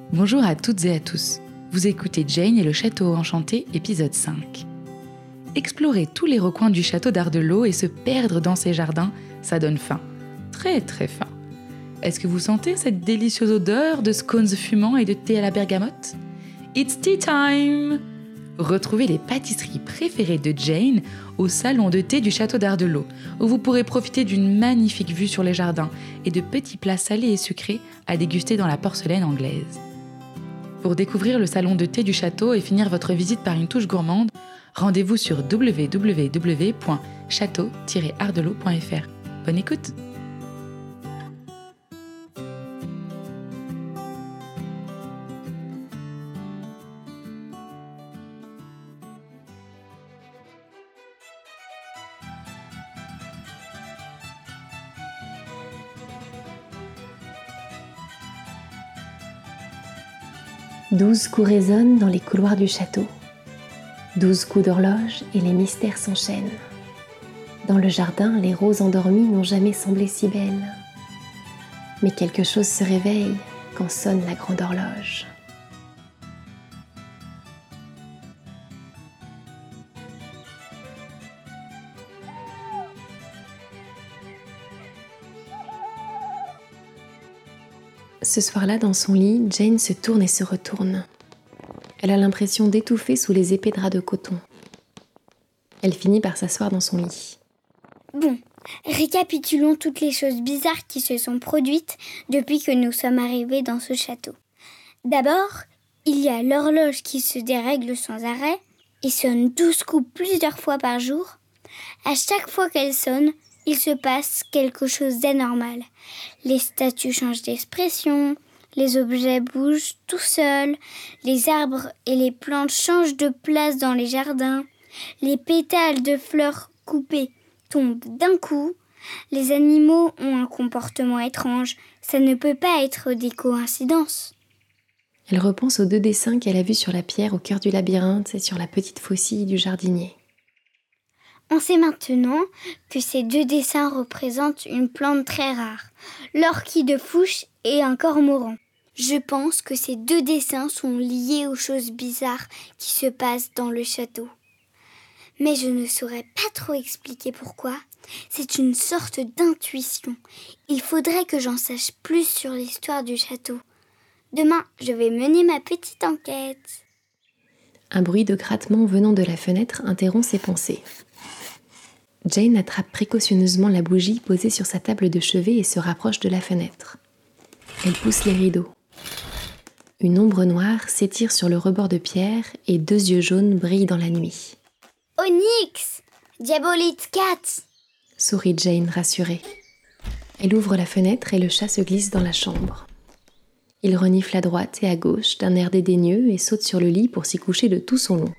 Bonjour à toutes et à tous. Vous écoutez Jane et le Château Enchanté, épisode 5. Explorer tous les recoins du château d'Ardelot et se perdre dans ses jardins, ça donne faim. Très très faim. Est-ce que vous sentez cette délicieuse odeur de scones fumants et de thé à la bergamote ? It's tea time! Retrouvez les pâtisseries préférées de Jane au salon de thé du château d'Ardelot, où vous pourrez profiter d'une magnifique vue sur les jardins et de petits plats salés et sucrés à déguster dans la porcelaine anglaise. Pour découvrir le salon de thé du château et finir votre visite par une touche gourmande, rendez-vous sur www.château-ardelot.fr. Bonne écoute! Douze coups résonnent dans les couloirs du château. 12 coups d'horloge et les mystères s'enchaînent. Dans le jardin, les roses endormies n'ont jamais semblé si belles. Mais quelque chose se réveille quand sonne la grande horloge. Ce soir-là, dans son lit, Jane se tourne et se retourne. Elle a l'impression d'étouffer sous les épais draps de coton. Elle finit par s'asseoir dans son lit. Bon, récapitulons toutes les choses bizarres qui se sont produites depuis que nous sommes arrivés dans ce château. D'abord, il y a l'horloge qui se dérègle sans arrêt et sonne 12 coups plusieurs fois par jour. À chaque fois qu'elle sonne, il se passe quelque chose d'anormal. Les statues changent d'expression, les objets bougent tout seuls, les arbres et les plantes changent de place dans les jardins, les pétales de fleurs coupées tombent d'un coup, les animaux ont un comportement étrange, ça ne peut pas être des coïncidences. Elle repense aux 2 dessins qu'elle a vus sur la pierre au cœur du labyrinthe et sur la petite faucille du jardinier. On sait maintenant que ces 2 dessins représentent une plante très rare, l'orchide de Fouche et un cormoran. Je pense que ces 2 dessins sont liés aux choses bizarres qui se passent dans le château. Mais je ne saurais pas trop expliquer pourquoi. C'est une sorte d'intuition. Il faudrait que j'en sache plus sur l'histoire du château. Demain, je vais mener ma petite enquête. Un bruit de grattement venant de la fenêtre interrompt ses pensées. Jane attrape précautionneusement la bougie posée sur sa table de chevet et se rapproche de la fenêtre. Elle pousse les rideaux. Une ombre noire s'étire sur le rebord de pierre et 2 yeux jaunes brillent dans la nuit. « Onyx ! Diabolite cat !» sourit Jane rassurée. Elle ouvre la fenêtre et le chat se glisse dans la chambre. Il renifle à droite et à gauche d'un air dédaigneux et saute sur le lit pour s'y coucher de tout son long.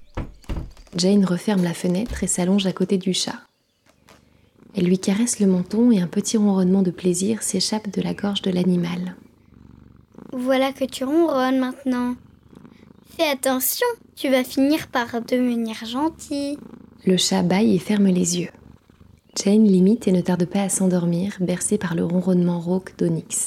Jane referme la fenêtre et s'allonge à côté du chat. Elle lui caresse le menton et un petit ronronnement de plaisir s'échappe de la gorge de l'animal. Voilà que tu ronronnes maintenant. Fais attention, tu vas finir par devenir gentil. Le chat bâille et ferme les yeux. Jane l'imite et ne tarde pas à s'endormir, bercée par le ronronnement rauque d'Onyx.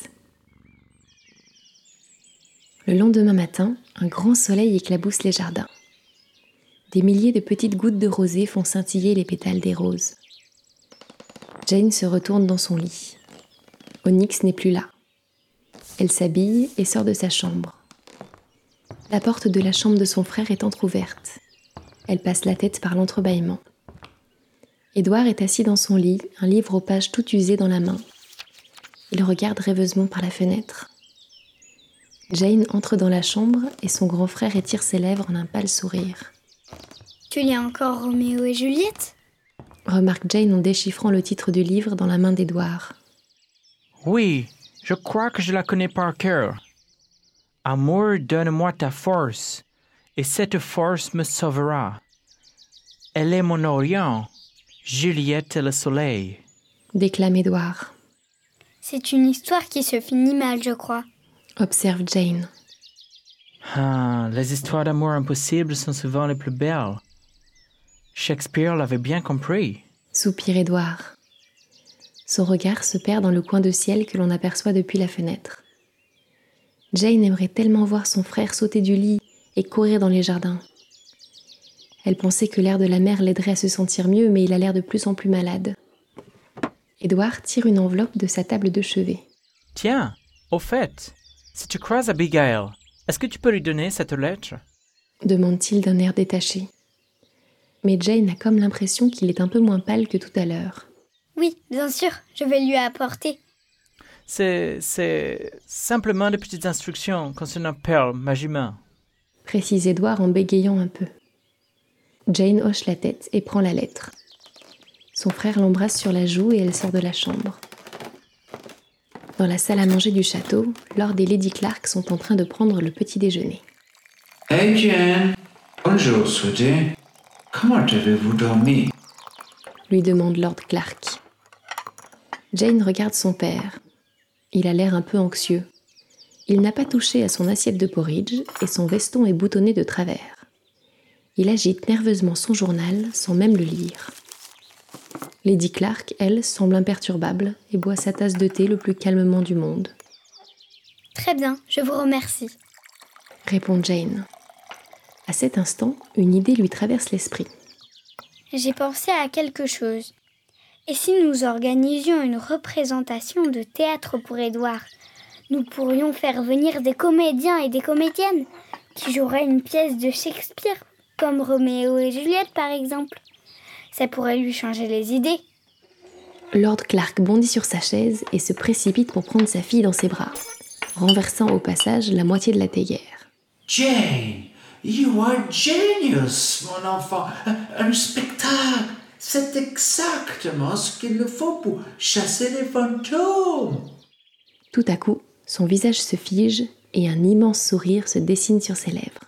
Le lendemain matin, un grand soleil éclabousse les jardins. Des milliers de petites gouttes de rosée font scintiller les pétales des roses. Jane se retourne dans son lit. Onyx n'est plus là. Elle s'habille et sort de sa chambre. La porte de la chambre de son frère est entr'ouverte. Elle passe la tête par l'entrebâillement. Édouard est assis dans son lit, un livre aux pages tout usées dans la main. Il regarde rêveusement par la fenêtre. Jane entre dans la chambre et son grand frère étire ses lèvres en un pâle sourire. Tu lis encore Roméo et Juliette ? Remarque Jane en déchiffrant le titre du livre dans la main d'Édouard. Oui, je crois que je la connais par cœur. Amour, donne-moi ta force, et cette force me sauvera. Elle est mon Orient, Juliette est le soleil. Déclame Édouard. C'est une histoire qui se finit mal, je crois. Observe Jane. Ah, les histoires d'amour impossibles sont souvent les plus belles. Shakespeare l'avait bien compris. Soupire Édouard. Son regard se perd dans le coin de ciel que l'on aperçoit depuis la fenêtre. Jane aimerait tellement voir son frère sauter du lit et courir dans les jardins. Elle pensait que l'air de la mer l'aiderait à se sentir mieux, mais il a l'air de plus en plus malade. Édouard tire une enveloppe de sa table de chevet. Tiens, au fait, si tu croises Abigail, est-ce que tu peux lui donner cette lettre? Demande-t-il d'un air détaché. Mais Jane a comme l'impression qu'il est un peu moins pâle que tout à l'heure. Oui, bien sûr, je vais lui apporter. C'est simplement des petites instructions concernant Pearl, ma jument. Précise Édouard en bégayant un peu. Jane hoche la tête et prend la lettre. Son frère l'embrasse sur la joue et elle sort de la chambre. Dans la salle à manger du château, Lord et Lady Clark sont en train de prendre le petit déjeuner. Hey Jane, bonjour sweetie. Comment avez-vous dormi? Lui demande Lord Clark. Jane regarde son père. Il a l'air un peu anxieux. Il n'a pas touché à son assiette de porridge et son veston est boutonné de travers. Il agite nerveusement son journal sans même le lire. Lady Clark, elle, semble imperturbable et boit sa tasse de thé le plus calmement du monde. Très bien, je vous remercie. Répond Jane. À cet instant, une idée lui traverse l'esprit. J'ai pensé à quelque chose. Et si nous organisions une représentation de théâtre pour Édouard, nous pourrions faire venir des comédiens et des comédiennes qui joueraient une pièce de Shakespeare, comme Roméo et Juliette par exemple. Ça pourrait lui changer les idées. Lord Clark bondit sur sa chaise et se précipite pour prendre sa fille dans ses bras, renversant au passage la moitié de la théière. Jane, you are genius, mon enfant. Un spectacle, c'est exactement ce qu'il nous faut pour chasser les fantômes. Tout à coup, son visage se fige et un immense sourire se dessine sur ses lèvres.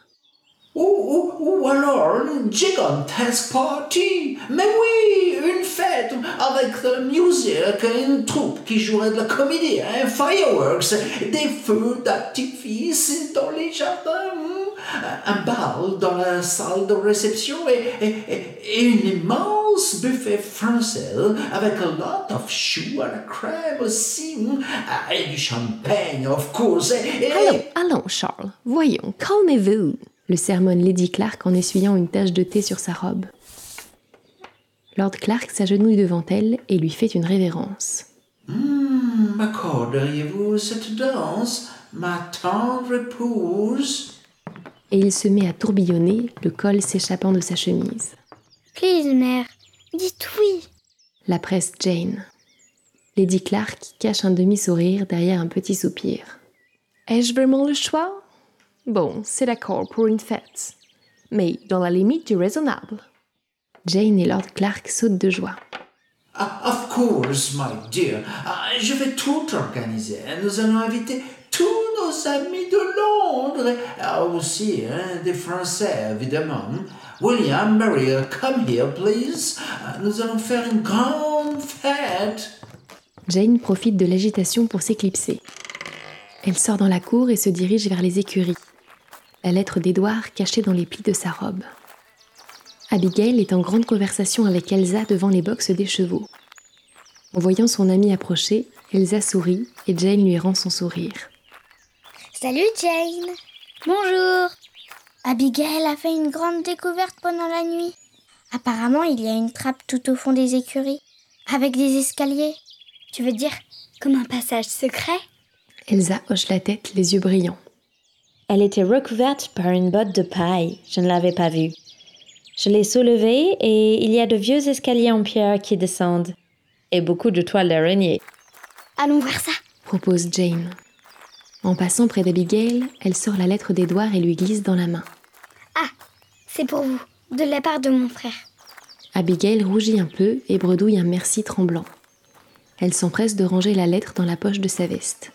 Ou alors une gigantesque party. Mais oui, une fête avec la musique, une troupe qui jouerait de la comédie, fireworks, des feux d'artifice dans les jardins, un bal dans la salle de réception et une immense buffet français avec a lot of choux à la crème aussi, et du champagne, of course. Allons, Charles, voyons, calmez-vous, le sermonne Lady Clark en essuyant une tache de thé sur sa robe. Lord Clark s'agenouille devant elle et lui fait une révérence. M'accorderiez-vous cette danse, ma tendre épouse? Et il se met à tourbillonner, le col s'échappant de sa chemise. Please, mère, dites oui. La presse Jane. Lady Clark cache un demi-sourire derrière un petit soupir. Ai-je vraiment le choix? Bon, c'est d'accord pour une fête, mais dans la limite du raisonnable. Jane et Lord Clark sautent de joie. Of course, my dear. Je vais tout organiser. Nous allons inviter tous nos amis de Londres. Aussi, des Français, évidemment. William, Maria, come here, please. Nous allons faire une grande fête. Jane profite de l'agitation pour s'éclipser. Elle sort dans la cour et se dirige vers les écuries. La lettre d'Édouard cachée dans les plis de sa robe. Abigail est en grande conversation avec Elsa devant les boxes des chevaux. En voyant son amie approcher, Elsa sourit et Jane lui rend son sourire. Salut Jane. Bonjour. Abigail a fait une grande découverte pendant la nuit. Apparemment, il y a une trappe tout au fond des écuries, avec des escaliers. Tu veux dire comme un passage secret? Elsa hoche la tête, les yeux brillants. Elle était recouverte par une botte de paille. Je ne l'avais pas vue. Je l'ai soulevée et il y a de vieux escaliers en pierre qui descendent. Et beaucoup de toiles d'araignée. Allons voir ça, propose Jane. En passant près d'Abigail, elle sort la lettre d'Édouard et lui glisse dans la main. Ah, c'est pour vous, de la part de mon frère. Abigail rougit un peu et bredouille un merci tremblant. Elle s'empresse de ranger la lettre dans la poche de sa veste.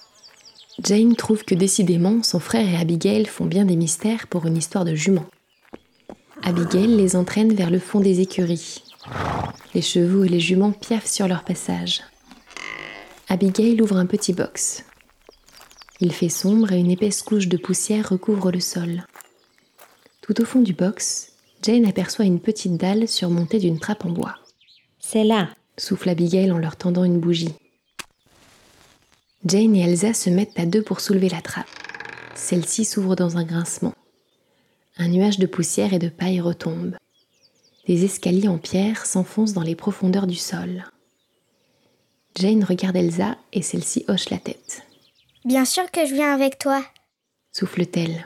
Jane trouve que décidément, son frère et Abigail font bien des mystères pour une histoire de jument. Abigail les entraîne vers le fond des écuries. Les chevaux et les juments piaffent sur leur passage. Abigail ouvre un petit box. Il fait sombre et une épaisse couche de poussière recouvre le sol. Tout au fond du box, Jane aperçoit une petite dalle surmontée d'une trappe en bois. C'est là, Souffle Abigail en leur tendant une bougie. Jane et Elsa se mettent à deux pour soulever la trappe. Celle-ci s'ouvre dans un grincement. Un nuage de poussière et de paille retombe. Des escaliers en pierre s'enfoncent dans les profondeurs du sol. Jane regarde Elsa et celle-ci hoche la tête. « Bien sûr que je viens avec toi !» souffle-t-elle.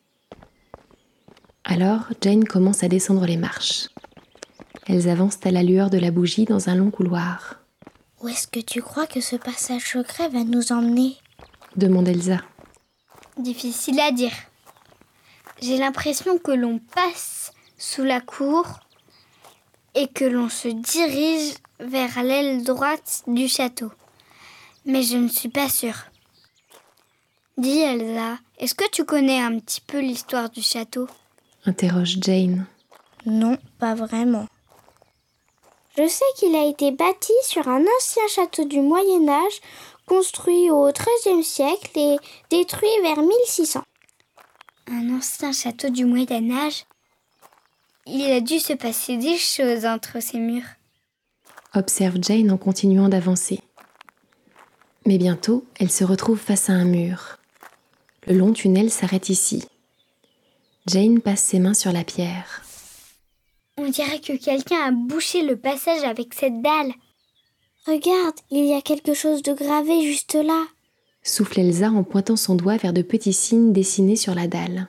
Alors, Jane commence à descendre les marches. Elles avancent à la lueur de la bougie dans un long couloir. « Où est-ce que tu crois que ce passage secret va nous emmener ?» demande Elsa. Difficile à dire. J'ai l'impression que l'on passe sous la cour et que l'on se dirige vers l'aile droite du château. Mais je ne suis pas sûre. Dis Elsa, est-ce que tu connais un petit peu l'histoire du château ? Interroge Jane. Non, pas vraiment. Je sais qu'il a été bâti sur un ancien château du Moyen-Âge, construit au XIIIe siècle et détruit vers 1600. Un ancien château du Moyen-Âge ? Il a dû se passer des choses entre ces murs. Observe Jane en continuant d'avancer. Mais bientôt, elle se retrouve face à un mur. Le long tunnel s'arrête ici. Jane passe ses mains sur la pierre. On dirait que quelqu'un a bouché le passage avec cette dalle. Regarde, il y a quelque chose de gravé juste là. Souffle Elsa en pointant son doigt vers de petits signes dessinés sur la dalle.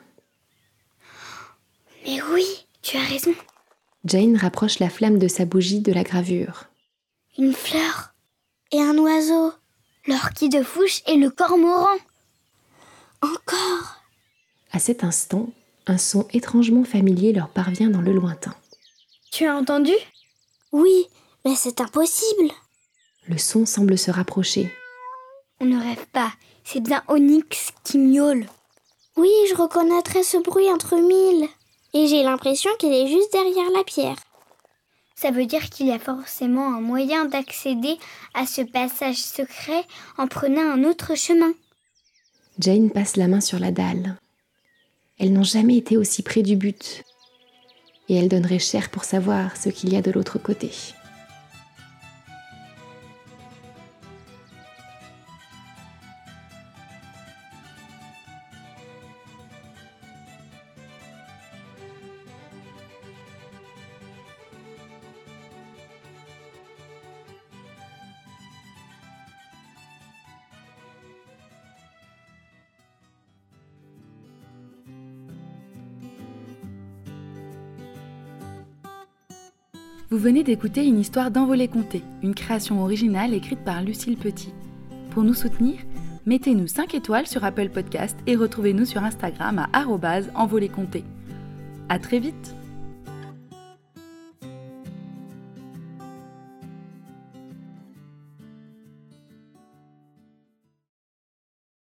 Mais oui, tu as raison. Jane rapproche la flamme de sa bougie de la gravure. Une fleur et un oiseau. L'orchide de Fouche et le cormoran. Encore. À cet instant, un son étrangement familier leur parvient dans le lointain. Tu as entendu ? Oui, mais c'est impossible. Le son semble se rapprocher. On ne rêve pas, c'est bien Onyx qui miaule. Oui, je reconnaîtrais ce bruit entre mille. Et j'ai l'impression qu'il est juste derrière la pierre. Ça veut dire qu'il y a forcément un moyen d'accéder à ce passage secret en prenant un autre chemin. Jane passe la main sur la dalle. Elles n'ont jamais été aussi près du but. Et elle donnerait cher pour savoir ce qu'il y a de l'autre côté. Vous venez d'écouter une histoire d'Envolée Conté, une création originale écrite par Lucille Petit. Pour nous soutenir, mettez-nous 5 étoiles sur Apple Podcast et retrouvez-nous sur Instagram à @envoléconté. À très vite!